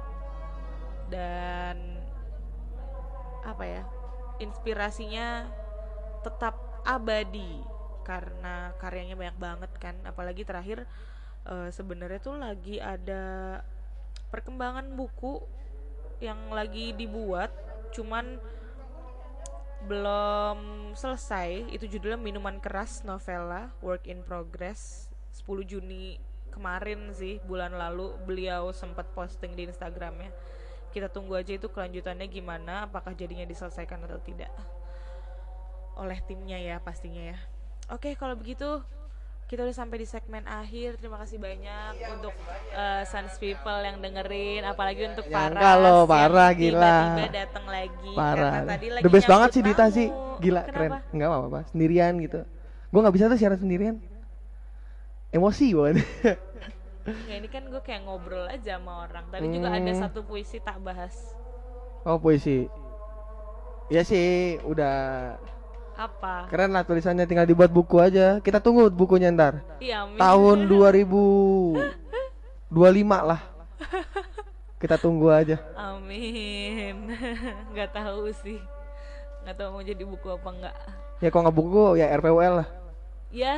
dan apa ya, inspirasinya tetap abadi karena karyanya banyak banget kan. Apalagi terakhir uh, sebenarnya tuh lagi ada perkembangan buku yang lagi dibuat, cuman belum selesai. Itu judulnya Minuman Keras Novela Work in Progress. Sepuluh Juni kemarin sih, bulan lalu beliau sempat posting di Instagramnya. Kita tunggu aja itu kelanjutannya gimana, apakah jadinya diselesaikan atau tidak oleh timnya ya pastinya ya. Oke, kalau begitu kita udah sampai di segmen akhir. Terima kasih banyak iya, untuk uh, Sans People yang dengerin, apalagi untuk ya, Paras kalau parah yang gila tiba-tiba datang lagi. Parah. Karena tadi lagi the best banget sih tamu. Dita sih, gila. Kenapa? Keren. Enggak apa-apa, sendirian gitu. Gue nggak bisa tuh siaran sendirian, emosi banget. Nggak, ini kan gue kayak ngobrol aja sama orang. Tadi hmm. juga ada satu puisi tak bahas. Oh, puisi. Iya sih, udah. Apa? Keren lah tulisannya, tinggal dibuat buku aja. Kita tunggu bukunya ntar. Iya, tahun dua ribu dua puluh lima lah. Kita tunggu aja. Amin. Gak tahu sih. Gak tahu mau jadi buku apa enggak. Ya kalau nggak buku ya R P U L lah. Ya.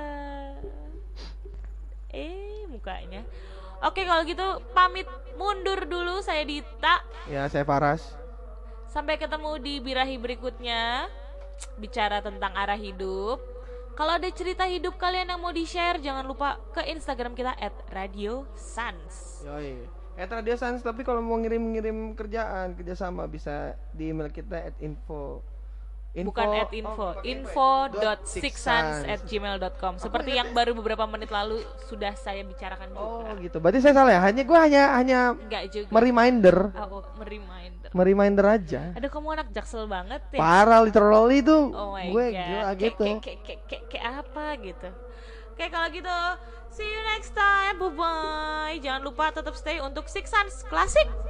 Eh mukanya. Oke, kalau gitu pamit mundur dulu. Saya Dita. Ya, saya Paras. Sampai ketemu di birahi berikutnya, bicara tentang arah hidup. Kalau ada cerita hidup kalian yang mau di-share, jangan lupa ke Instagram kita at Radio Sans. Yoi, at Radio Sans. Tapi kalau mau ngirim-ngirim kerjaan, kerjasama, bisa di email kita at info. Info, bukan at info, oh, info dot siksans at gmail dot com. Seperti yang baru beberapa menit lalu sudah saya bicarakan juga. Oh gitu, berarti saya salah ya? Hanya gue hanya hanya mereminder. Oh, mereminder. Mereminder aja. Ada kamu anak jaksel banget ya. Parah, literally tuh. Oh my gue God. gila gitu. Kayak kayak kayak kayak apa gitu. Oke, kalau gitu see you next time. Bye bye. Jangan lupa tetap stay untuk Siksans Klasik.